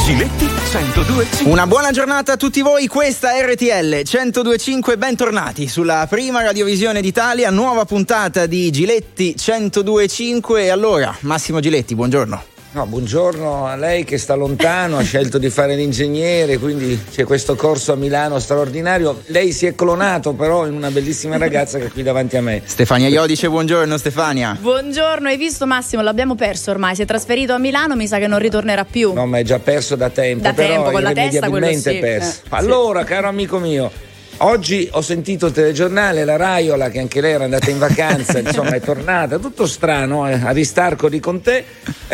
Giletti 102.5. Una buona giornata a tutti voi, questa è RTL 102.5, bentornati sulla prima radiovisione d'Italia, nuova puntata di Giletti 102.5. E allora, Massimo Giletti, buongiorno. No, buongiorno a lei che sta lontano, ha scelto di fare l'ingegnere, quindi c'è questo corso a Milano straordinario. Lei si è clonato però in una bellissima ragazza che è qui davanti a me. Stefania Iodice, buongiorno Stefania. Buongiorno, hai visto Massimo? L'abbiamo perso ormai, si è trasferito a Milano, mi sa che non ritornerà più. No, ma è già perso da tempo. Da però tempo, con la testa, quello sì. Perso. Allora, caro amico mio, oggi ho sentito il telegiornale, la Raiola, che anche lei era andata in vacanza, insomma è tornata, tutto strano, Aristarco di con te.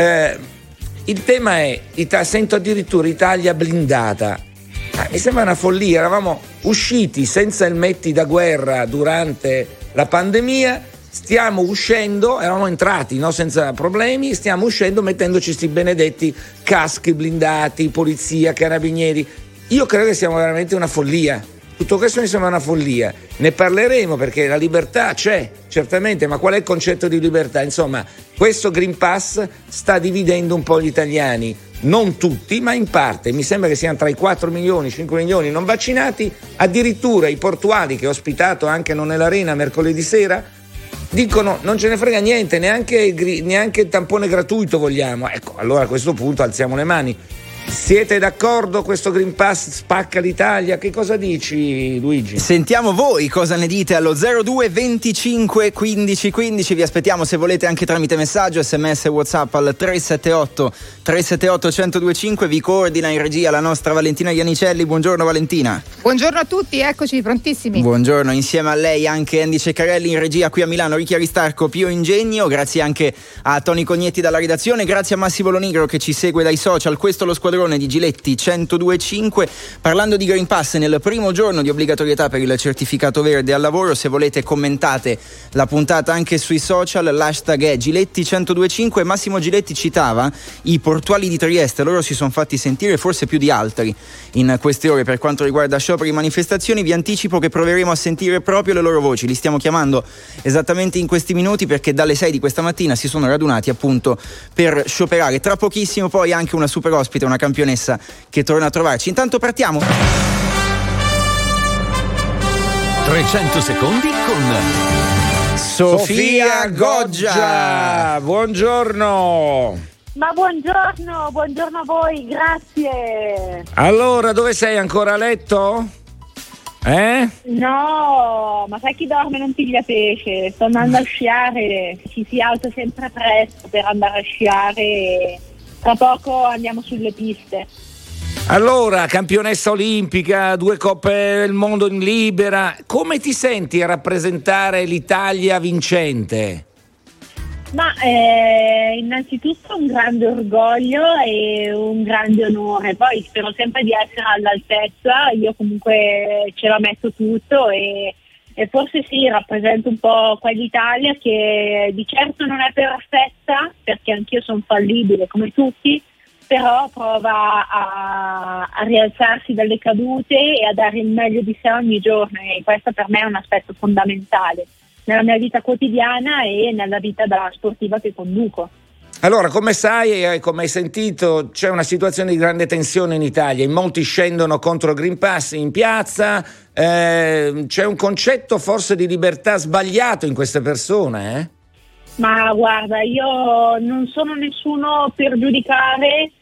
Il tema è, sento addirittura Italia blindata. Mi sembra una follia, eravamo usciti senza elmetti da guerra durante la pandemia, stiamo uscendo, eravamo entrati senza problemi, stiamo uscendo mettendoci sti benedetti caschi blindati, polizia, carabinieri. Io credo che sia veramente una follia. Tutto questo mi sembra una follia. Ne parleremo perché la libertà c'è, certamente, ma qual è il concetto di libertà? Insomma, questo Green Pass sta dividendo un po' gli italiani, non tutti, ma in parte. Mi sembra che siano tra i 4 milioni, 5 milioni non vaccinati, addirittura i portuali che ho ospitato anche non nell'Arena mercoledì sera dicono non ce ne frega niente, neanche il tampone gratuito vogliamo. Ecco, allora a questo punto alziamo le mani. Siete d'accordo? Questo Green Pass spacca l'Italia? Che cosa dici, Luigi? Sentiamo voi cosa ne dite allo 02 25 15 15. Vi aspettiamo se volete anche tramite messaggio, sms, whatsapp al 378 1025. Vi coordina in regia la nostra Valentina Ianicelli. Buongiorno Valentina. Buongiorno a tutti, eccoci prontissimi. Buongiorno, insieme a lei anche Andy Ceccarelli in regia qui a Milano, Ricchi Aristarco, Pio Ingegno. Grazie anche a Tony Cognetti dalla redazione, grazie a Massimo Lonigro che ci segue dai social. Questo è lo squadrone di Giletti 102.5. Parlando di Green Pass, nel primo giorno di obbligatorietà per il certificato verde al lavoro, se volete commentate la puntata anche sui social, l'hashtag è Giletti 102.5. Massimo Giletti citava i portuali di Trieste, loro si sono fatti sentire forse più di altri in queste ore per quanto riguarda scioperi e manifestazioni. Vi anticipo che proveremo a sentire proprio le loro voci, li stiamo chiamando esattamente in questi minuti perché dalle 6 di questa mattina si sono radunati appunto per scioperare. Tra pochissimo poi anche una super ospite, una campionessa che torna a trovarci. Intanto partiamo. 300 secondi con Sofia Goggia. Buongiorno. Ma buongiorno a voi, grazie. Allora, dove sei? Ancora a letto? No, ma sai chi dorme non piglia pesce. Sto andando a sciare, ci si alza sempre presto per andare a sciare. Tra poco andiamo sulle piste. Allora, campionessa olimpica, 2 coppe del mondo in libera, come ti senti a rappresentare l'Italia vincente? Ma innanzitutto un grande orgoglio e un grande onore, poi spero sempre di essere all'altezza. Io comunque ce la metto tutto e forse sì, rappresento un po' quell'Italia che di certo non è perfetta, perché anch'io sono fallibile come tutti, però prova a rialzarsi dalle cadute e a dare il meglio di sé ogni giorno, e questo per me è un aspetto fondamentale nella mia vita quotidiana e nella vita da sportiva che conduco. Allora, come sai e come hai sentito, c'è una situazione di grande tensione in Italia, in molti scendono contro il Green Pass in piazza, c'è un concetto forse di libertà sbagliato in queste persone, Ma guarda, io non sono nessuno per giudicare,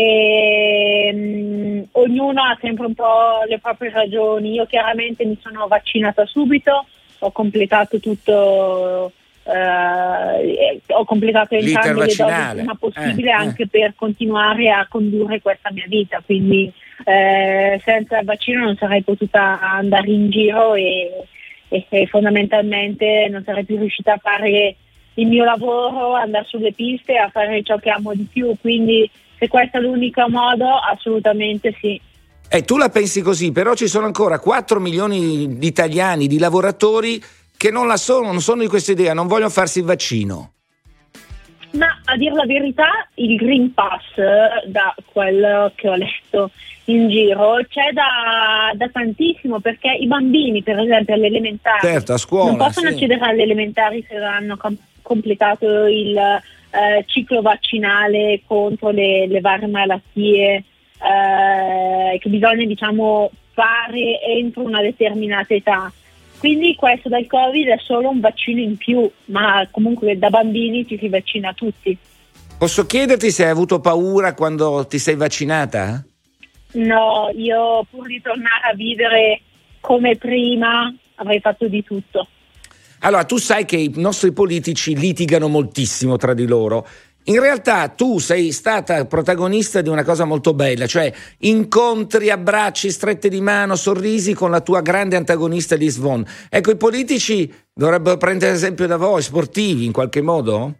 ognuno ha sempre un po' le proprie ragioni. Io chiaramente mi sono vaccinata subito, ho completato tutto, ho completato entrambe le dosi il prima possibile, anche per continuare a condurre questa mia vita, quindi senza il vaccino non sarei potuta andare in giro e fondamentalmente non sarei più riuscita a fare il mio lavoro, andare sulle piste, a fare ciò che amo di più, quindi se questo è l'unico modo, assolutamente sì. Tu la pensi così, però ci sono ancora 4 milioni di italiani, di lavoratori che non sono di questa idea, non vogliono farsi il vaccino. Ma a dire la verità, il Green Pass, da quello che ho letto in giro, c'è da tantissimo, perché i bambini, per esempio, alle elementari, certo, a scuola, non possono accedere alle elementari se hanno completato il ciclo vaccinale contro le varie malattie che bisogna, diciamo, fare entro una determinata età. Quindi questo del Covid è solo un vaccino in più, ma comunque da bambini ci si vaccina tutti. Posso chiederti se hai avuto paura quando ti sei vaccinata? No, io pur di tornare a vivere come prima avrei fatto di tutto. Allora, tu sai che i nostri politici litigano moltissimo tra di loro. In realtà tu sei stata protagonista di una cosa molto bella, cioè incontri, abbracci, strette di mano, sorrisi con la tua grande antagonista Liz Vonn. Ecco, i politici dovrebbero prendere esempio da voi, sportivi in qualche modo?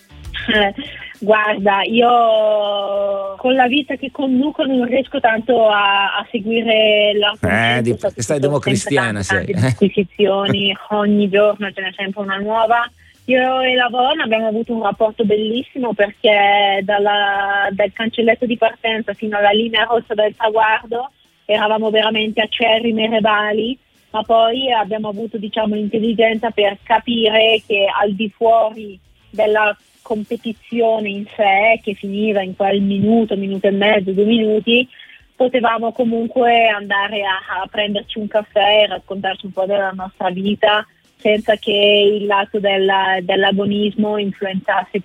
Guarda, io con la vita che conduco non riesco tanto a seguire l'argomento. Stai democristiana, tante disquisizioni, ogni giorno ce n'è sempre una nuova. Io e la Von abbiamo avuto un rapporto bellissimo, perché dal cancelletto di partenza fino alla linea rossa del traguardo eravamo veramente acerrimi e rivali, ma poi abbiamo avuto, diciamo, l'intelligenza per capire che al di fuori della competizione in sé, che finiva in quel minuto e mezzo, 2 minuti, potevamo comunque andare a prenderci un caffè e raccontarci un po' della nostra vita, senza che il lato dell'agonismo influenzasse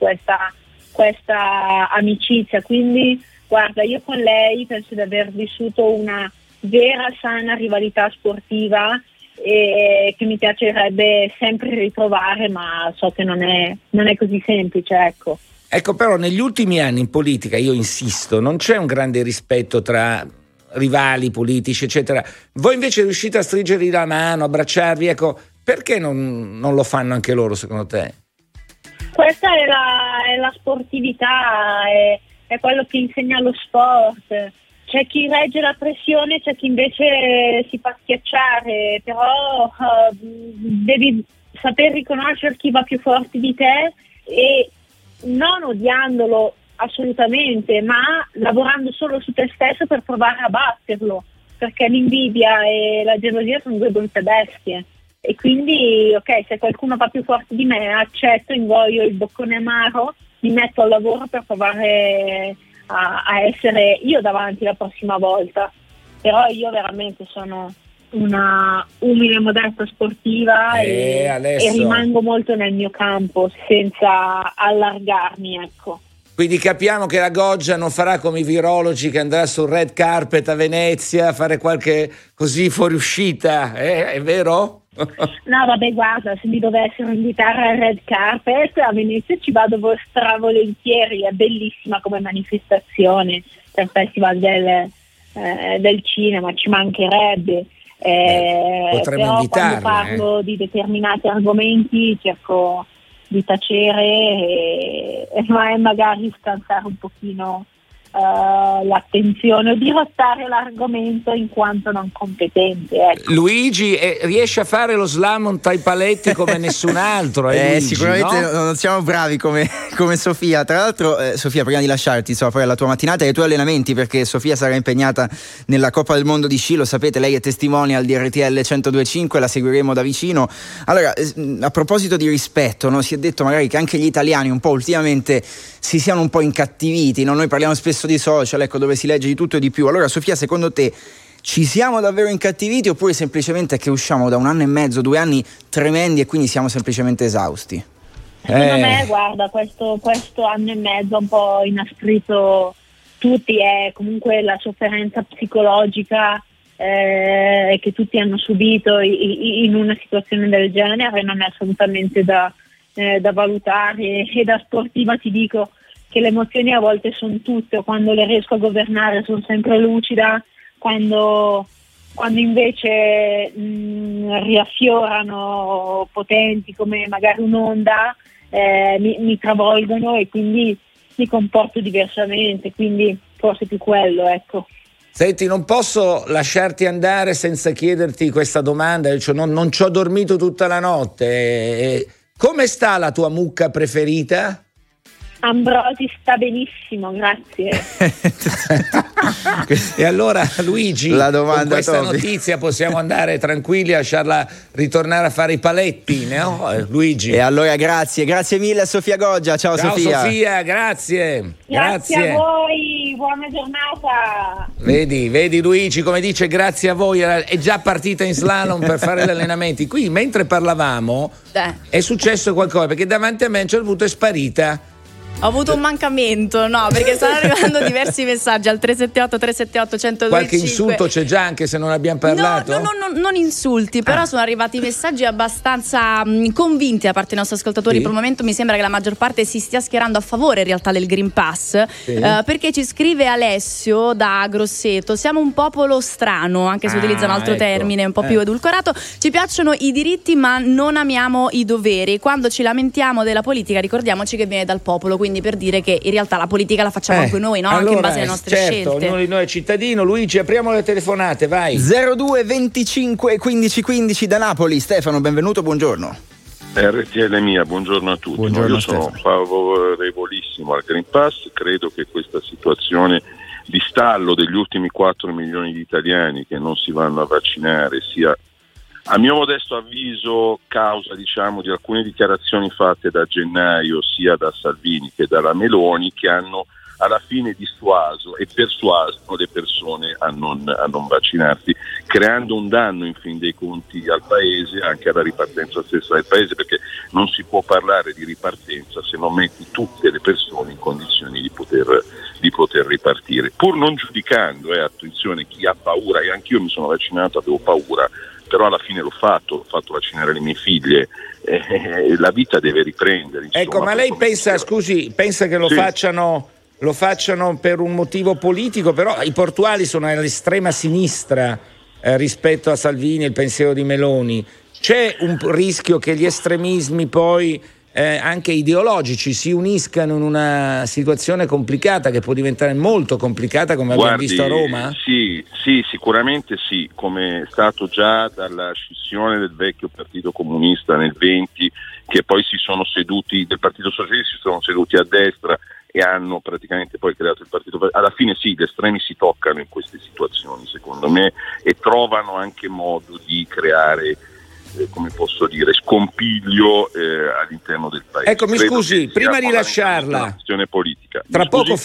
questa amicizia. Quindi guarda, io con lei penso di aver vissuto una vera sana rivalità sportiva, e che mi piacerebbe sempre ritrovare, ma so che non è così semplice, ecco. Ecco, però negli ultimi anni in politica, io insisto, non c'è un grande rispetto tra rivali politici, eccetera. Voi invece riuscite a stringervi la mano, abbracciarvi, ecco, perché non lo fanno anche loro, secondo te? Questa è la sportività, è quello che insegna lo sport. C'è chi regge la pressione, c'è chi invece si fa schiacciare, però devi saper riconoscere chi va più forte di te, e non odiandolo assolutamente, ma lavorando solo su te stesso per provare a batterlo, perché l'invidia e la gelosia sono 2 brutte bestie. E quindi, ok, se qualcuno va più forte di me, accetto, ingoio il boccone amaro, mi metto al lavoro per provare a essere io davanti la prossima volta. Però io veramente sono una umile, modesta sportiva e rimango molto nel mio campo senza allargarmi, ecco. Quindi capiamo che la Goggia non farà come i virologi, che andrà sul red carpet a Venezia a fare qualche così fuoriuscita, è vero? No, vabbè, guarda, se mi dovessero invitare al red carpet a Venezia ci vado stravolentieri, è bellissima come manifestazione per il Festival del cinema, ci mancherebbe. Potremmo però invitarli, quando parlo di determinati argomenti cerco di tacere e magari scansare un pochino l'attenzione o dirottare l'argomento in quanto non competente, ecco. Luigi riesce a fare lo slalom tra i paletti come nessun altro, Luigi, sicuramente no? Non siamo bravi come Sofia. Tra l'altro, Sofia, prima di lasciarti, poi alla tua mattinata e ai tuoi allenamenti, perché Sofia sarà impegnata nella Coppa del Mondo di sci, lo sapete, lei è testimonial di RTL 102.5, la seguiremo da vicino. Allora, a proposito di rispetto, no? Si è detto magari che anche gli italiani un po' ultimamente si siano un po' incattiviti, no? Noi parliamo spesso di social, ecco, dove si legge di tutto e di più. Allora, Sofia, secondo te ci siamo davvero incattiviti, oppure semplicemente è che usciamo da 1 anno e mezzo, 2 anni tremendi e quindi siamo semplicemente esausti? Secondo me, guarda, questo anno e mezzo ha un po' inasprito tutti, è comunque la sofferenza psicologica che tutti hanno subito in una situazione del genere non è assolutamente da valutare, e da sportiva ti dico che le emozioni a volte sono tutte, quando le riesco a governare sono sempre lucida, quando invece riaffiorano potenti come magari un'onda, mi travolgono e quindi mi comporto diversamente, quindi forse più quello, ecco. Senti, non posso lasciarti andare senza chiederti questa domanda, cioè non ci ho dormito tutta la notte. Come sta la tua mucca preferita? Ambrosi sta benissimo, grazie. E allora Luigi, la domanda con questa Topi. notizia possiamo andare tranquilli, lasciarla ritornare a fare i paletti, no? Luigi. E allora grazie mille a Sofia Goggia. Ciao Sofia, grazie. Grazie a voi, buona giornata. Vedi Luigi come dice grazie a voi, è già partita in slalom per fare gli allenamenti. Qui mentre parlavamo è successo qualcosa, perché davanti a me a un certo punto è sparita. Ho avuto un mancamento, no, perché stanno arrivando diversi messaggi al 378-378-1025. Qualche insulto c'è già, anche se non abbiamo parlato? No, non insulti, però sono arrivati messaggi abbastanza convinti da parte dei nostri ascoltatori. Sì. Per il momento mi sembra che la maggior parte si stia schierando a favore in realtà del Green Pass, sì. Perché ci scrive Alessio da Grosseto: siamo un popolo strano, anche se utilizza un altro termine un po' più edulcorato. Ci piacciono i diritti ma non amiamo i doveri. Quando ci lamentiamo della politica ricordiamoci che viene dal popolo, quindi per dire che in realtà la politica la facciamo anche noi, no? Allora, anche in base alle nostre scelte. ognuno di noi è cittadino. Luigi, apriamo le telefonate, vai. 02 25 15 15 da Napoli. Stefano, benvenuto, buongiorno. RTL mia, buongiorno a tutti. Buongiorno, io sono favorevolissimo al Green Pass, credo che questa situazione di stallo degli ultimi 4 milioni di italiani che non si vanno a vaccinare sia, a mio modesto avviso, causa di alcune dichiarazioni fatte da gennaio sia da Salvini che dalla Meloni, che hanno alla fine dissuaso e persuaso le persone a non vaccinarsi, creando un danno in fin dei conti al paese, anche alla ripartenza stessa del paese, perché non si può parlare di ripartenza se non metti tutte le persone in condizioni di poter ripartire, pur non giudicando, attenzione, chi ha paura, e anch'io mi sono vaccinato, avevo paura, però alla fine l'ho fatto vaccinare le mie figlie, la vita deve riprendere. Insomma, ecco, ma lei pensa che lo Sì. facciano per un motivo politico, però i portuali sono all'estrema sinistra rispetto a Salvini e il pensiero di Meloni. C'è un rischio che gli estremismi poi anche ideologici si uniscano in una situazione complicata, che può diventare molto complicata, come abbiamo visto a Roma? Sì, sicuramente sì, come è stato già dalla scissione del vecchio Partito Comunista nel 20, che poi si sono seduti, del Partito Socialista si sono seduti a destra e hanno praticamente poi creato il partito. Alla fine sì, gli estremi si toccano in queste situazioni, secondo me, e trovano anche modo di creare come posso dire, scompiglio all'interno del paese. Ecco, mi scusi, prima di lasciarla, politica. Tra poco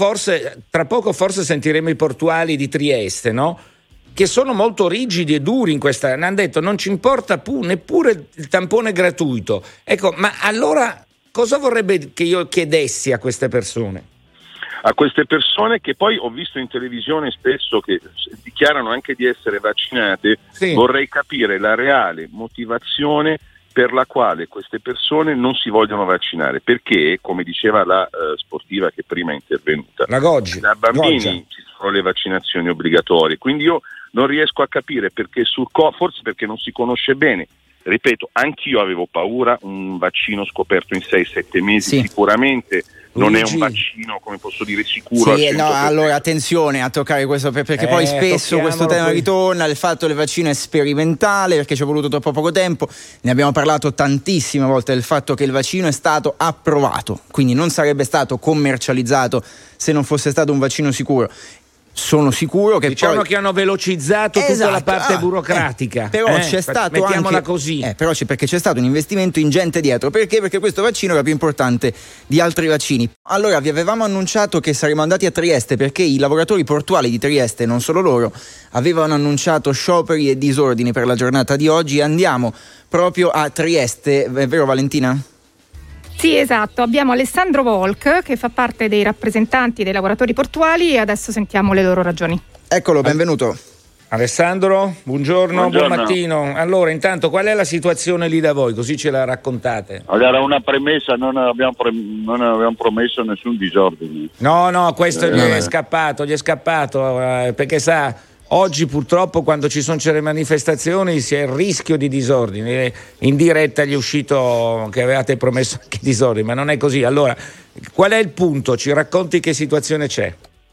forse sentiremo i portuali di Trieste, no? Che sono molto rigidi e duri in questa. Hanno detto non ci importa neppure il tampone gratuito. Ecco, ma allora cosa vorrebbe che io chiedessi a queste persone? A queste persone che poi ho visto in televisione spesso che dichiarano anche di essere vaccinate, sì. Vorrei capire la reale motivazione per la quale queste persone non si vogliono vaccinare, perché, come diceva la sportiva che prima è intervenuta, la Goggia, da bambini ci sono le vaccinazioni obbligatorie, quindi io non riesco a capire perché forse perché non si conosce bene. Ripeto, anch'io avevo paura, un vaccino scoperto in 6-7 mesi sì. Sicuramente non è un vaccino, come posso dire, sicuro. Sì, no, allora attenzione a toccare questo, perché poi spesso questo tema ritorna, il fatto del vaccino è sperimentale, perché ci è voluto troppo poco tempo, ne abbiamo parlato tantissime volte del fatto che il vaccino è stato approvato, quindi non sarebbe stato commercializzato se non fosse stato un vaccino sicuro. Sono sicuro che diciamo che hanno velocizzato tutta la parte burocratica. Però c'è stato mettiamola anche così. Però perché c'è stato un investimento ingente dietro. Perché? Perché questo vaccino era più importante di altri vaccini. Allora, vi avevamo annunciato che saremmo andati a Trieste perché i lavoratori portuali di Trieste, non solo loro, avevano annunciato scioperi e disordini per la giornata di oggi. Andiamo proprio a Trieste, è vero Valentina? Sì, esatto, abbiamo Alessandro Volk che fa parte dei rappresentanti dei lavoratori portuali e adesso sentiamo le loro ragioni. Eccolo, benvenuto. Alessandro, buongiorno. Buon mattino. Allora, intanto qual è la situazione lì da voi? Così ce la raccontate. Allora, una premessa, non abbiamo promesso nessun disordine. No, questo gli è scappato, perché sa... Oggi purtroppo quando ci sono le manifestazioni si è il rischio di disordini. In diretta gli è uscito che avevate promesso anche disordini, ma non è così. Allora, qual è il punto? Ci racconti che situazione c'è?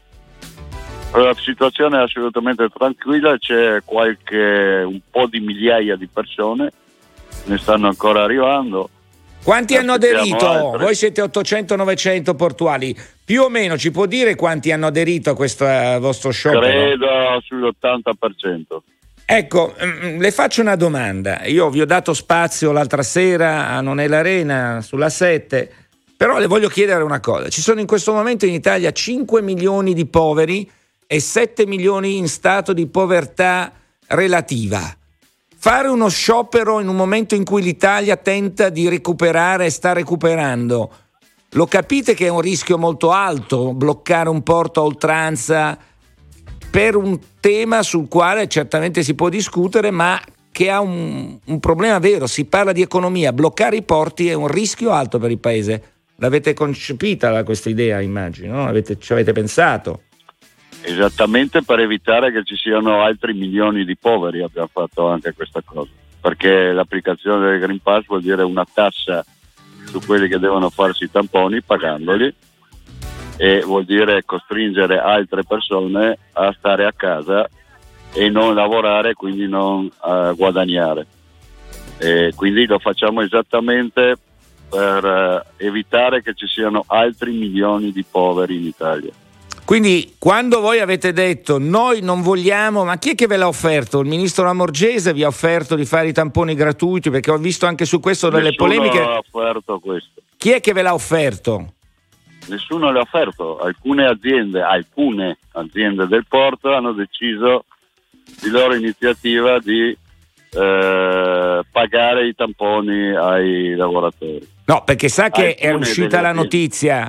La situazione è assolutamente tranquilla, c'è un po' di migliaia di persone, ne stanno ancora arrivando Quanti hanno aderito? Altre. Voi siete 800-900 portuali, più o meno ci può dire quanti hanno aderito a questo vostro sciopero? Credo sull'80%. Ecco, le faccio una domanda. Io vi ho dato spazio l'altra sera a Non è l'Arena sulla 7, però le voglio chiedere una cosa. Ci sono in questo momento in Italia 5 milioni di poveri e 7 milioni in stato di povertà relativa. Fare uno sciopero in un momento in cui l'Italia tenta di recuperare e sta recuperando, lo capite che è un rischio molto alto bloccare un porto a oltranza per un tema sul quale certamente si può discutere, ma che ha un problema vero. Si parla di economia, bloccare i porti è un rischio alto per il paese. L'avete concepita questa idea, immagino, no? Ci avete pensato? Esattamente, per evitare che ci siano altri milioni di poveri abbiamo fatto anche questa cosa, perché l'applicazione del Green Pass vuol dire una tassa su quelli che devono farsi i tamponi pagandoli, e vuol dire costringere altre persone a stare a casa e non lavorare, quindi non guadagnare. E quindi lo facciamo esattamente per evitare che ci siano altri milioni di poveri in Italia. Quindi quando voi avete detto noi non vogliamo, ma chi è che ve l'ha offerto? Il ministro Lamorgese vi ha offerto di fare i tamponi gratuiti? Perché ho visto anche su questo delle polemiche. Nessuno ha offerto questo. Chi è che ve l'ha offerto? Nessuno l'ha offerto. Alcune aziende del porto hanno deciso di loro iniziativa di pagare i tamponi ai lavoratori. No, perché sa che era uscita la notizia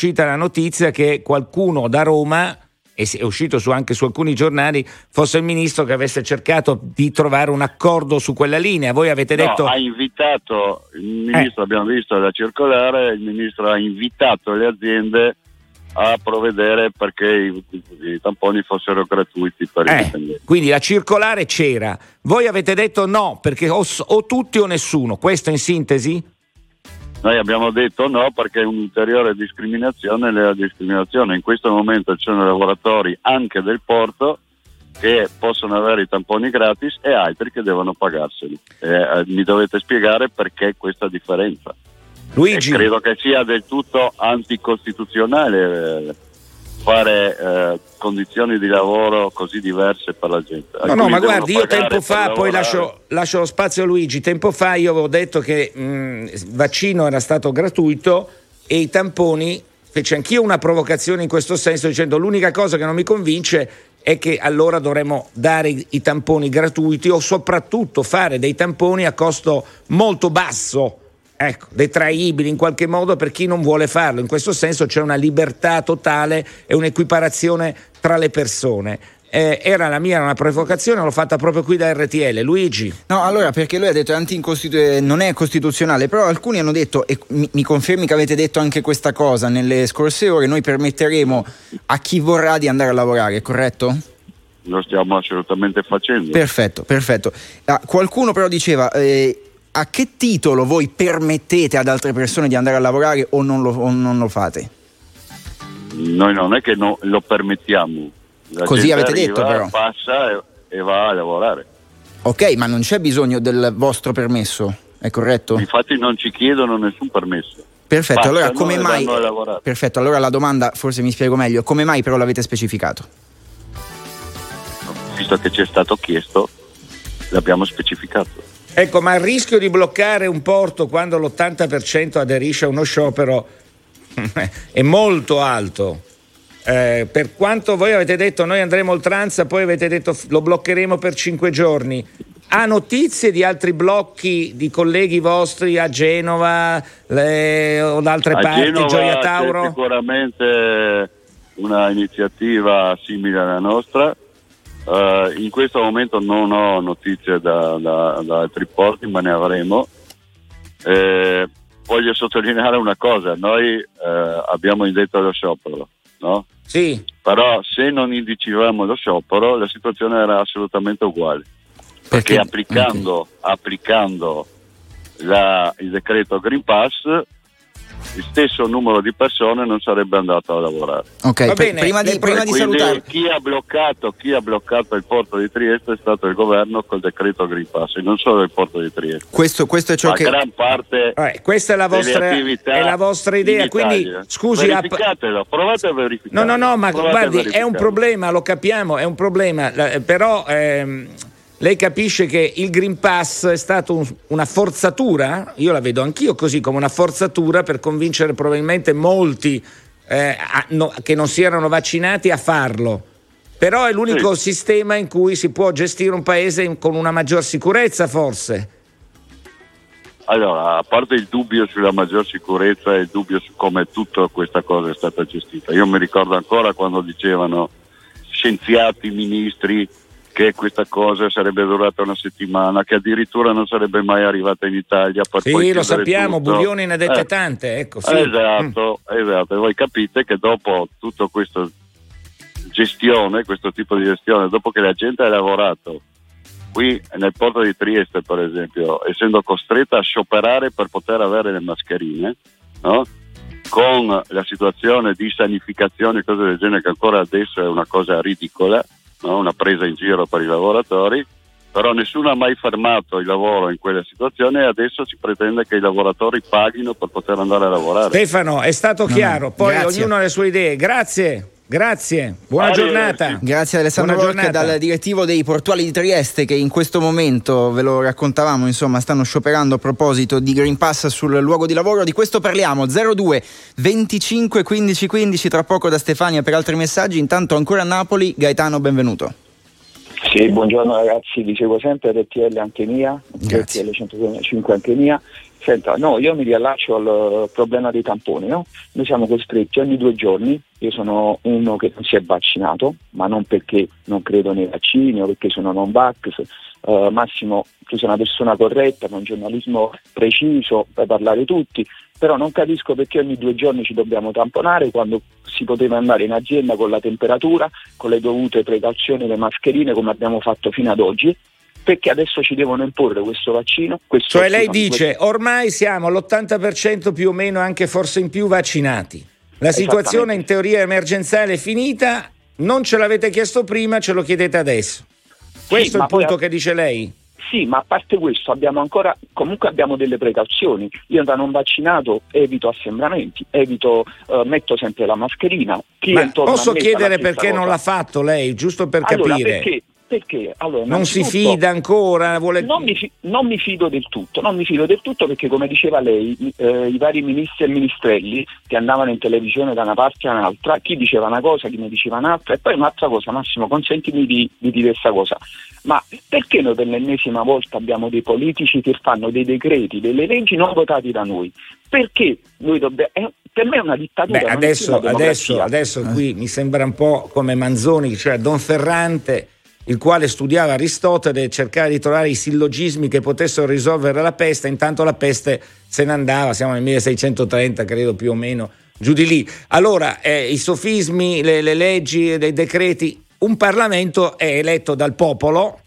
che qualcuno da Roma, e è uscito anche su alcuni giornali, fosse il ministro che avesse cercato di trovare un accordo su quella linea. Voi avete detto... ha invitato il ministro, abbiamo visto la circolare, il ministro ha invitato le aziende a provvedere perché i tamponi fossero gratuiti per i dipendenti. Quindi la circolare c'era, voi avete detto no, perché o tutti o nessuno, questo in sintesi? Noi abbiamo detto no perché è un'ulteriore discriminazione. La discriminazione in questo momento ci sono lavoratori anche del porto che possono avere i tamponi gratis e altri che devono pagarseli. Mi dovete spiegare perché questa differenza. Luigi. Credo che sia del tutto anticostituzionale fare condizioni di lavoro così diverse per la gente. No, ma guardi, io tempo fa, poi lascio lo spazio a Luigi, tempo fa io avevo detto che il vaccino era stato gratuito e i tamponi, feci anch'io una provocazione in questo senso dicendo l'unica cosa che non mi convince è che allora dovremmo dare i tamponi gratuiti o soprattutto fare dei tamponi a costo molto basso. Ecco, detraibili in qualche modo per chi non vuole farlo. In questo senso c'è una libertà totale e un'equiparazione tra le persone. Era una provocazione, l'ho fatta proprio qui da RTL. Luigi? No, allora, perché lui ha detto non è costituzionale, però alcuni hanno detto, e mi confermi che avete detto anche questa cosa nelle scorse ore, noi permetteremo a chi vorrà di andare a lavorare, corretto? Lo stiamo assolutamente facendo. Perfetto. Qualcuno però diceva... a che titolo voi permettete ad altre persone di andare a lavorare o non lo fate? Noi non è che lo permettiamo. La Così avete arriva, detto però. Passa e va a lavorare. Ok, ma non c'è bisogno del vostro permesso, è corretto? Infatti non ci chiedono nessun permesso. Perfetto, Passano, allora come mai? Perfetto, allora la domanda forse mi spiego meglio. Come mai però l'avete specificato? Visto che ci è stato chiesto, l'abbiamo specificato. Ecco, ma il rischio di bloccare un porto quando l'80% aderisce a uno sciopero è molto alto. Per quanto voi avete detto noi andremo a oltranza, poi avete detto lo bloccheremo per 5 giorni. Ha notizie di altri blocchi di colleghi vostri a Genova o da altre parti, Genova Gioia Tauro? C'è sicuramente una iniziativa simile alla nostra. In questo momento non ho notizie da altri porti, ma ne avremo. Voglio sottolineare una cosa: noi abbiamo indetto lo sciopero, no? Sì. Però se non indicevamo lo sciopero la situazione era assolutamente uguale, perché applicando il decreto Green Pass il stesso numero di persone non sarebbe andato a lavorare. Ok, Va bene, prima di salutare. Chi ha bloccato il porto di Trieste è stato il governo col decreto Green Pass, e non solo il porto di Trieste. Questo è ciò che gran parte questa è la vostra idea, quindi scusi, verificatelo, provate a verificare. No, ma guardi, è un problema, lo capiamo, è un problema, però lei capisce che il Green Pass è stato una forzatura? Io la vedo anch'io così, come una forzatura per convincere probabilmente molti che non si erano vaccinati a farlo. Però è l'unico sistema in cui si può gestire un paese con una maggior sicurezza, forse. Allora, a parte il dubbio sulla maggior sicurezza e il dubbio su come tutta questa cosa è stata gestita, io mi ricordo ancora quando dicevano scienziati, ministri, che questa cosa sarebbe durata una settimana, che addirittura non sarebbe mai arrivata in Italia. Sì, lo sappiamo, Burioni ne ha dette tante, ecco. Sì. Esatto, e voi capite che dopo tutto questo tipo di gestione, dopo che la gente ha lavorato qui nel porto di Trieste, per esempio, essendo costretta a scioperare per poter avere le mascherine, no? Con la situazione di sanificazione e cose del genere, che ancora adesso è una cosa ridicola, no? Una presa in giro per i lavoratori, però nessuno ha mai fermato il lavoro in quella situazione, e adesso si pretende che i lavoratori paghino per poter andare a lavorare. Stefano, è stato chiaro, poi grazie. Ognuno ha le sue idee. Grazie, buona giornata. Grazie ad Alessandro Volk, dal direttivo dei portuali di Trieste, che in questo momento, ve lo raccontavamo, insomma, stanno scioperando a proposito di Green Pass sul luogo di lavoro. Di questo parliamo. 02 25 15 15, tra poco da Stefania per altri messaggi. Intanto ancora a Napoli, Gaetano, benvenuto. Sì, buongiorno ragazzi, dicevo sempre RTL anche mia, Grazie. RTL 105 anche mia. Senta, no, io mi riallaccio al problema dei tamponi, no? Noi siamo costretti ogni 2 giorni, io sono uno che non si è vaccinato, ma non perché non credo nei vaccini o perché sono non vax, Massimo, tu sei una persona corretta, con un giornalismo preciso, puoi parlare tutti, però non capisco perché ogni 2 giorni ci dobbiamo tamponare quando si poteva andare in azienda con la temperatura, con le dovute precauzioni, le mascherine, come abbiamo fatto fino ad oggi. Perché adesso ci devono imporre questo vaccino? Cioè lei dice ormai siamo all'80% più o meno, anche forse in più, vaccinati. La situazione in teoria emergenziale è finita, non ce l'avete chiesto prima, ce lo chiedete adesso. Questo è il punto che dice lei? Sì, ma a parte questo abbiamo delle precauzioni. Io da non vaccinato evito assembramenti, metto sempre la mascherina. Posso chiedere perché non l'ha fatto lei, giusto per capire? Perché? Allora, non si fida ancora? Non mi fido del tutto perché, come diceva lei, i vari ministri e ministrelli che andavano in televisione da una parte a un'altra, chi diceva una cosa, chi ne diceva un'altra, e poi un'altra cosa. Massimo, consentimi di dire questa cosa, ma perché noi per l'ennesima volta abbiamo dei politici che fanno dei decreti, delle leggi non votati da noi? Perché noi dobbiamo... per me è una dittatura. Adesso qui mi sembra un po' come Manzoni, cioè Don Ferrante, il quale studiava Aristotele e cercava di trovare i sillogismi che potessero risolvere la peste. Intanto la peste se ne andava, siamo nel 1630 credo, più o meno, giù di lì. Allora i sofismi, le leggi, i decreti, un Parlamento è eletto dal popolo,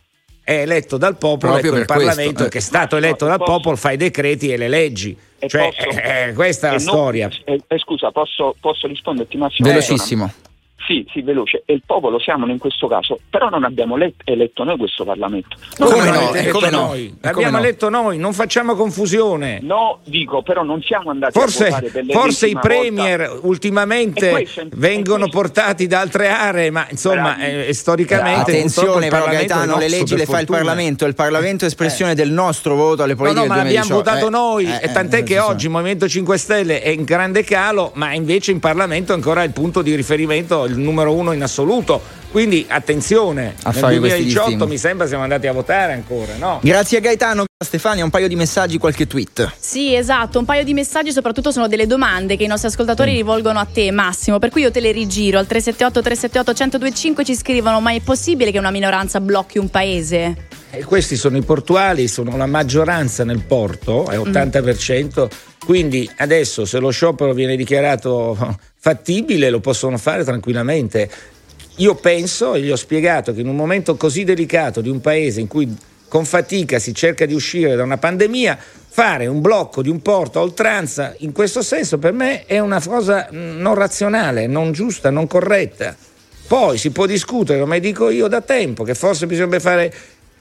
ecco, il Parlamento che è stato eletto dal popolo fa i decreti e le leggi. Questa è la storia. Scusa, posso risponderti, Massimo? Velocissimo. Sì, veloce. E il popolo siamo noi in questo caso, però non abbiamo eletto noi questo Parlamento. L'abbiamo eletto noi, non facciamo confusione. No, dico, però non siamo andati a votare per l'ennesima forse i premier volta. Ultimamente vengono portati da altre aree, ma insomma storicamente attenzione però, Gaetano, le leggi le fa il Parlamento è espressione del nostro voto alle politiche. Ma l'abbiamo votato noi, e tant'è che oggi il Movimento 5 Stelle è in grande calo, ma invece in Parlamento ancora il punto di riferimento, il numero 1 in assoluto, quindi attenzione, nel 2018 mi sembra siamo andati a votare ancora, no? Grazie a Gaetano. Stefania, un paio di messaggi, qualche tweet. Sì, esatto, un paio di messaggi, soprattutto sono delle domande che i nostri ascoltatori rivolgono a te, Massimo, per cui io te le rigiro. Al 378-378-1025 ci scrivono: ma è possibile che una minoranza blocchi un paese? E questi sono i portuali, sono la maggioranza nel porto, è 80%, quindi adesso se lo sciopero viene dichiarato fattibile lo possono fare tranquillamente. Io penso, e gli ho spiegato, che in un momento così delicato di un paese in cui con fatica si cerca di uscire da una pandemia, fare un blocco di un porto a oltranza in questo senso per me è una cosa non razionale, non giusta, non corretta. Poi si può discutere, come dico io da tempo, che forse bisognerebbe fare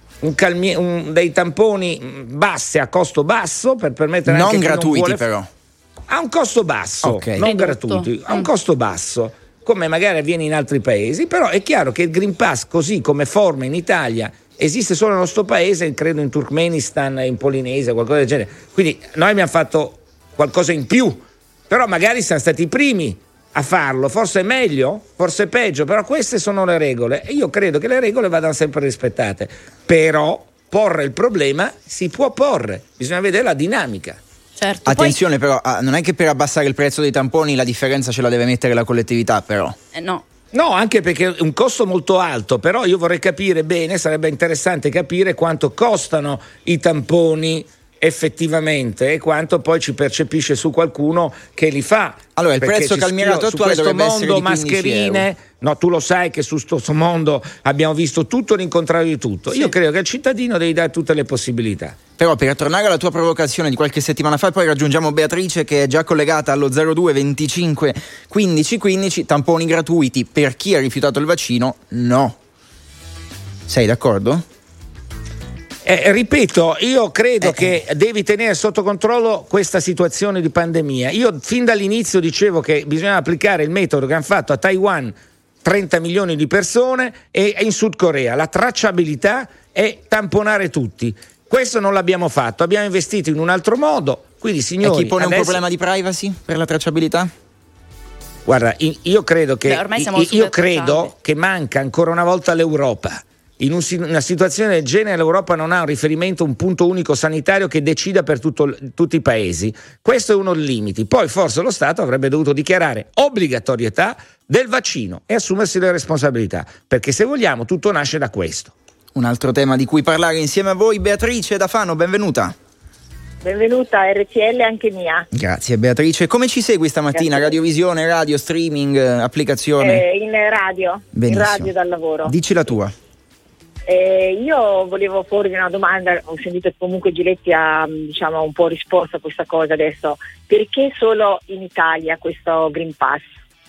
dei tamponi bassi a costo basso per permettere non anche chi gratuiti non vuole però a un costo basso, okay. Non gratuiti, a un costo basso, come magari avviene in altri paesi. Però è chiaro che il Green Pass, così come forma in Italia, esiste solo nel nostro paese, credo in Turkmenistan, in Polinesia, qualcosa del genere. Quindi noi abbiamo fatto qualcosa in più, però magari siamo stati i primi a farlo, forse è meglio, forse è peggio, però queste sono le regole e io credo che le regole vadano sempre rispettate. Però porre il problema si può porre, bisogna vedere la dinamica. Certo, attenzione però, non è che per abbassare il prezzo dei tamponi la differenza ce la deve mettere la collettività, però. No, anche perché è un costo molto alto, però io vorrei capire bene, sarebbe interessante capire quanto costano i tamponi effettivamente e quanto poi ci percepisce su qualcuno che li fa. Allora, il prezzo calmierato attuale dovrebbe essere di 15 mascherine, euro. No, tu lo sai che su questo mondo abbiamo visto tutto l'incontrario di tutto. Sì. Io credo che al cittadino devi dare tutte le possibilità. Però per tornare alla tua provocazione di qualche settimana fa, poi raggiungiamo Beatrice che è già collegata allo 02 25 15 15, tamponi gratuiti per chi ha rifiutato il vaccino, no. Sei d'accordo? Ripeto, io credo che devi tenere sotto controllo questa situazione di pandemia. Io fin dall'inizio dicevo che bisognava applicare il metodo che hanno fatto a Taiwan 30 milioni di persone e in Sud Corea. La tracciabilità è tamponare tutti. Questo non l'abbiamo fatto, abbiamo investito in un altro modo. Quindi, signori, e chi pone un problema di privacy per la tracciabilità? Guarda, io credo che che manca ancora una volta l'Europa. In una situazione del genere l'Europa non ha un riferimento, un punto unico sanitario che decida per tutti i paesi. Questo è uno dei limiti. Poi forse lo Stato avrebbe dovuto dichiarare obbligatorietà del vaccino e assumersi le responsabilità, perché se vogliamo tutto nasce da questo. Un altro tema di cui parlare insieme a voi, Beatrice da Fano, benvenuta. Benvenuta, RTL anche mia. Grazie Beatrice. Come ci segui stamattina? Grazie. Radiovisione, radio, streaming, applicazione? In radio. Benissimo. In radio dal lavoro. Dici la tua. Io volevo porvi una domanda, ho sentito che comunque Giletti ha un po' risposto a questa cosa adesso. Perché solo in Italia questo Green Pass?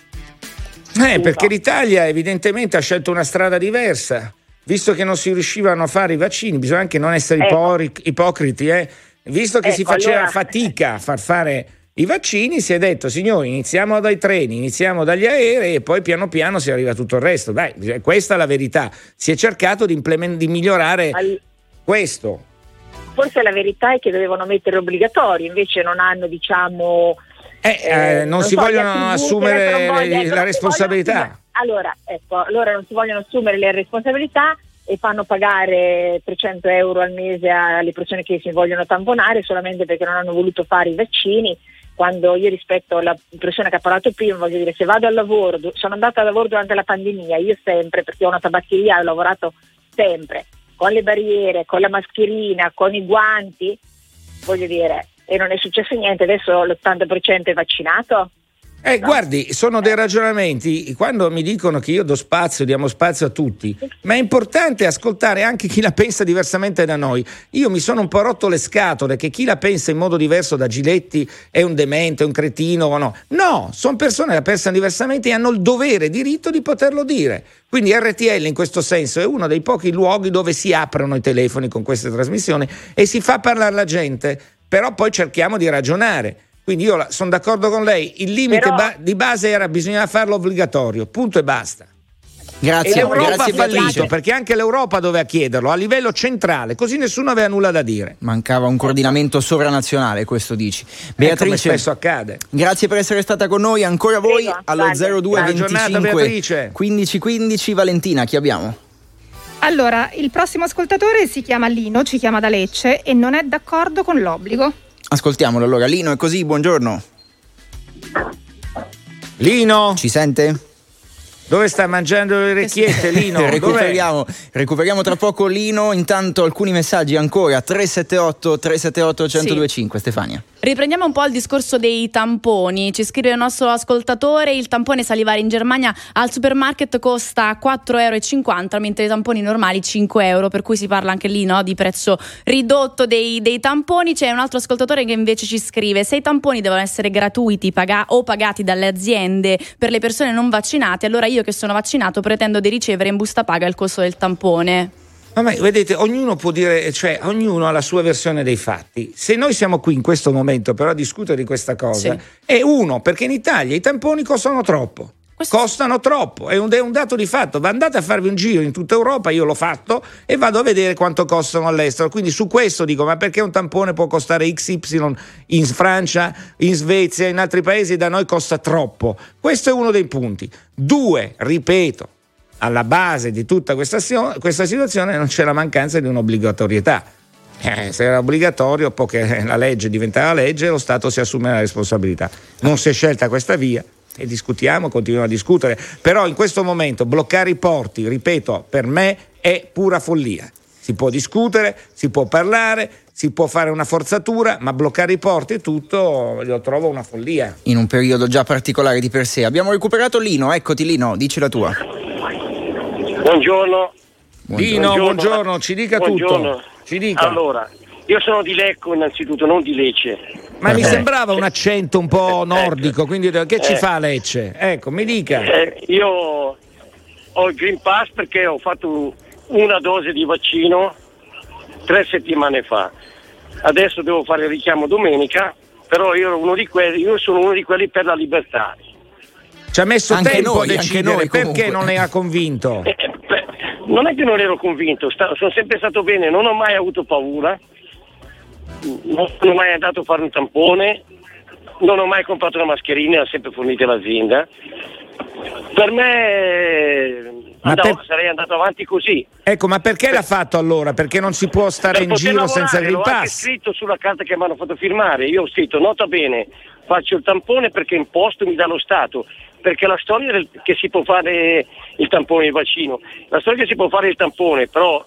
Perché l'Italia evidentemente ha scelto una strada diversa, visto che non si riuscivano a fare i vaccini, bisogna anche non essere ipocriti, visto che si faceva fatica a far fare i vaccini, si è detto signori iniziamo dai treni, iniziamo dagli aerei e poi piano piano si arriva a tutto il resto. Questa è la verità, si è cercato di migliorare questo. Forse la verità è che dovevano mettere obbligatorio, invece non hanno non si vogliono assumere la responsabilità. Allora non si vogliono assumere le responsabilità e fanno pagare 300 euro al mese alle persone che si vogliono tamponare solamente perché non hanno voluto fare i vaccini. Quando io rispetto la persona che ha parlato prima, voglio dire, se vado al lavoro, sono andata a lavoro durante la pandemia, io sempre, perché ho una tabaccheria, ho lavorato sempre con le barriere, con la mascherina, con i guanti, voglio dire, e non è successo niente. Adesso l'80% è vaccinato. No. Guardi, sono dei ragionamenti, quando mi dicono che io diamo spazio a tutti, ma è importante ascoltare anche chi la pensa diversamente da noi. Io mi sono un po' rotto le scatole che chi la pensa in modo diverso da Giletti è un demente, un cretino o no. No, sono persone che la pensano diversamente e hanno il dovere, diritto di poterlo dire. Quindi RTL in questo senso è uno dei pochi luoghi dove si aprono i telefoni con queste trasmissioni e si fa parlare la gente, però poi cerchiamo di ragionare. Quindi io sono d'accordo con lei, il limite di base era bisognava farlo obbligatorio, punto e basta. Grazie, e l'Europa grazie ha fallito, Beatrice. perché anche l'Europa doveva chiederlo a livello centrale, così nessuno aveva nulla da dire. Mancava un coordinamento sovranazionale, questo dici. Beatrice, come spesso accade. Grazie per essere stata con noi, ancora voi allo 02 25 15 15. Valentina, chi abbiamo? Allora, il prossimo ascoltatore si chiama Lino, ci chiama da Lecce e non è d'accordo con l'obbligo. Ascoltiamolo allora. Lino, è così, buongiorno. Lino? Ci sente? Dove sta mangiando le orecchiette, Lino? recuperiamo tra poco Lino. Intanto alcuni messaggi ancora. 378 1025. Stefania. Riprendiamo un po' il discorso dei tamponi. Ci scrive il nostro ascoltatore: il tampone salivare in Germania al supermarket costa 4,50 €, mentre i tamponi normali 5 €, per cui si parla anche lì, no, di prezzo ridotto dei tamponi. C'è un altro ascoltatore che invece ci scrive: se i tamponi devono essere gratuiti o pagati dalle aziende per le persone non vaccinate, allora io che sono vaccinato pretendo di ricevere in busta paga il costo del tampone. Ma vedete, ognuno può dire, cioè ognuno ha la sua versione dei fatti. Se noi siamo qui in questo momento però a discutere di questa cosa, è uno, perché in Italia i tamponi costano troppo. Costano troppo, è un dato di fatto. Andate a farvi un giro in tutta Europa, io l'ho fatto, e vado a vedere quanto costano all'estero. Quindi su questo dico: ma perché un tampone può costare XY in Francia, in Svezia, in altri paesi, da noi costa troppo? Questo è uno dei punti. 2, ripeto, alla base di tutta questa situazione non c'è la mancanza di un'obbligatorietà. Se era obbligatorio, poi che la legge diventava legge, lo Stato si assume la responsabilità. Non si è scelta questa via e continuiamo a discutere. Però in questo momento bloccare i porti, ripeto, per me è pura follia. Si può discutere, si può parlare, si può fare una forzatura, ma bloccare i porti e tutto lo trovo una follia. In un periodo già particolare di per sé. Abbiamo recuperato Lino, eccoti Lino, dici la tua. Buongiorno. Lino, buongiorno, ci dica tutto. Ci dica. Allora, io sono di Lecco innanzitutto, non di Lecce. Ma mi sembrava un accento un po' nordico, quindi che ci fa Lecce? Ecco, mi dica. Io ho il Green Pass perché ho fatto una dose di vaccino 3 settimane fa. Adesso devo fare il richiamo domenica, però io sono uno di quelli per la libertà. Ci ha messo anche tempo noi, a decidere, perché non ne ha convinto? Non è che non ero convinto, sono sempre stato bene, non ho mai avuto paura, non sono mai andato a fare un tampone, non ho mai comprato una mascherina, l'ha sempre fornita l'azienda. Per me sarei andato avanti così. Ecco, ma perché l'ha fatto allora? Perché non si può stare in giro senza Green Pass? L'ho anche scritto sulla carta che mi hanno fatto firmare, io ho scritto: nota bene, faccio il tampone perché imposto mi dà lo Stato, perché la storia che si può fare il tampone, il vaccino, la storia che si può fare il tampone, però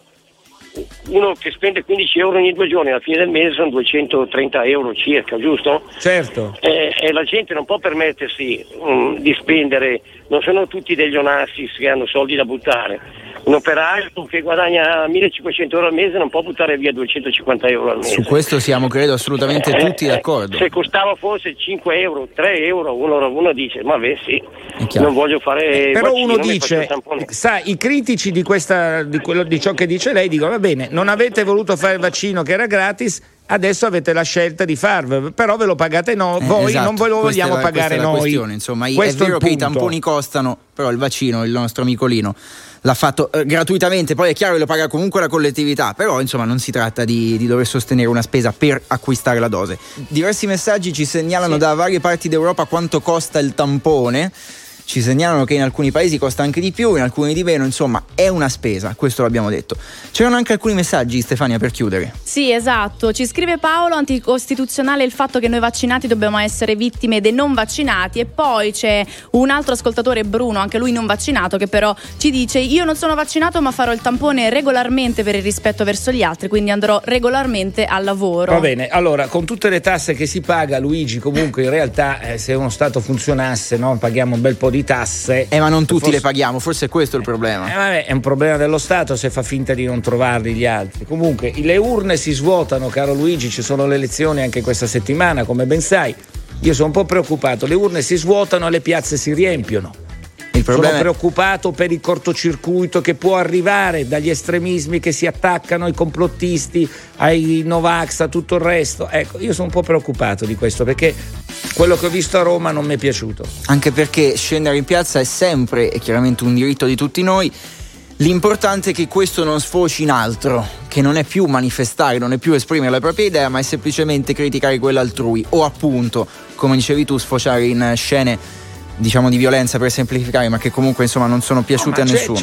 uno che spende 15 euro ogni 2 giorni, alla fine del mese sono 230 euro circa, giusto? Certo. E la gente non può permettersi di spendere, non sono tutti degli onassis che hanno soldi da buttare. Un operaio che guadagna 1500 euro al mese non può buttare via 250 euro al mese. Su questo siamo, credo, assolutamente tutti d'accordo. Se costava forse 5 euro, 3 euro, uno dice: ma beh, sì, non voglio fare però vaccino, uno dice, sa, i critici di ciò che dice lei dicono: va bene, non avete voluto fare il vaccino che era gratis, adesso avete la scelta di farvelo, però ve lo pagate voi, esatto, non ve lo vogliamo pagare noi. Insomma, questo è vero che i tamponi costano, però il vaccino, il nostro amico Lino l'ha fatto gratuitamente, poi è chiaro che lo paga comunque la collettività, però insomma non si tratta di dover sostenere una spesa per acquistare la dose. Diversi messaggi ci segnalano da varie parti d'Europa quanto costa il tampone. Ci segnalano che in alcuni paesi costa anche di più, in alcuni di meno, insomma è una spesa, questo l'abbiamo detto. C'erano anche alcuni messaggi, Stefania, per chiudere. Sì, esatto, ci scrive Paolo: anticostituzionale il fatto che noi vaccinati dobbiamo essere vittime dei non vaccinati. E poi c'è un altro ascoltatore, Bruno, anche lui non vaccinato, che però ci dice: io non sono vaccinato ma farò il tampone regolarmente per il rispetto verso gli altri, quindi andrò regolarmente al lavoro. Va bene, allora con tutte le tasse che si paga, Luigi, comunque in realtà se uno Stato funzionasse, no, paghiamo un bel po' di tasse, ma non tutti le paghiamo, forse è questo il problema. Vabbè, è un problema dello Stato se fa finta di non trovarli gli altri. Comunque le urne si svuotano, caro Luigi, ci sono le elezioni anche questa settimana, come ben sai. Io sono un po' preoccupato, le urne si svuotano e le piazze si riempiono. Sono preoccupato per il cortocircuito che può arrivare dagli estremismi che si attaccano ai complottisti, ai Novax, a tutto il resto. Ecco, io sono un po' preoccupato di questo, perché quello che ho visto a Roma non mi è piaciuto. Anche perché scendere in piazza è sempre, è chiaramente un diritto di tutti noi. L'importante è che questo non sfoci in altro, che non è più manifestare, non è più esprimere la propria idea, ma è semplicemente criticare quella altrui, o appunto, come dicevi tu, sfociare in scene, diciamo, di violenza, per semplificare, ma che comunque insomma non sono piaciute a nessuno.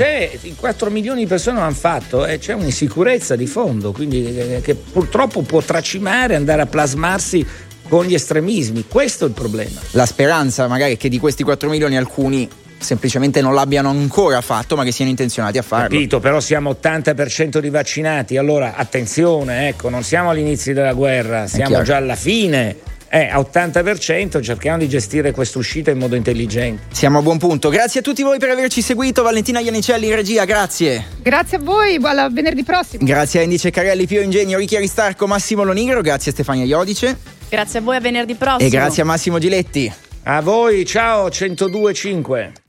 4 milioni di persone l'hanno fatto, c'è un'insicurezza di fondo, quindi che purtroppo può tracimare, andare a plasmarsi con gli estremismi. Questo è il problema. La speranza magari è che di questi 4 milioni alcuni semplicemente non l'abbiano ancora fatto, ma che siano intenzionati a farlo. Capito, però siamo 80% di vaccinati, allora attenzione, ecco, non siamo all'inizio della guerra, siamo già alla fine. a 80%, cerchiamo di gestire questa uscita in modo intelligente. Siamo a buon punto. Grazie a tutti voi per averci seguito. Valentina Iannicelli in regia, grazie. Grazie a voi, a venerdì prossimo. Grazie a Andy Ceccarelli, Pio Ingegno, Ricky Aristarco, Massimo Lonigro. Grazie a Stefania Iodice. Grazie a voi, a venerdì prossimo. E grazie a Massimo Giletti. A voi, ciao 102.5.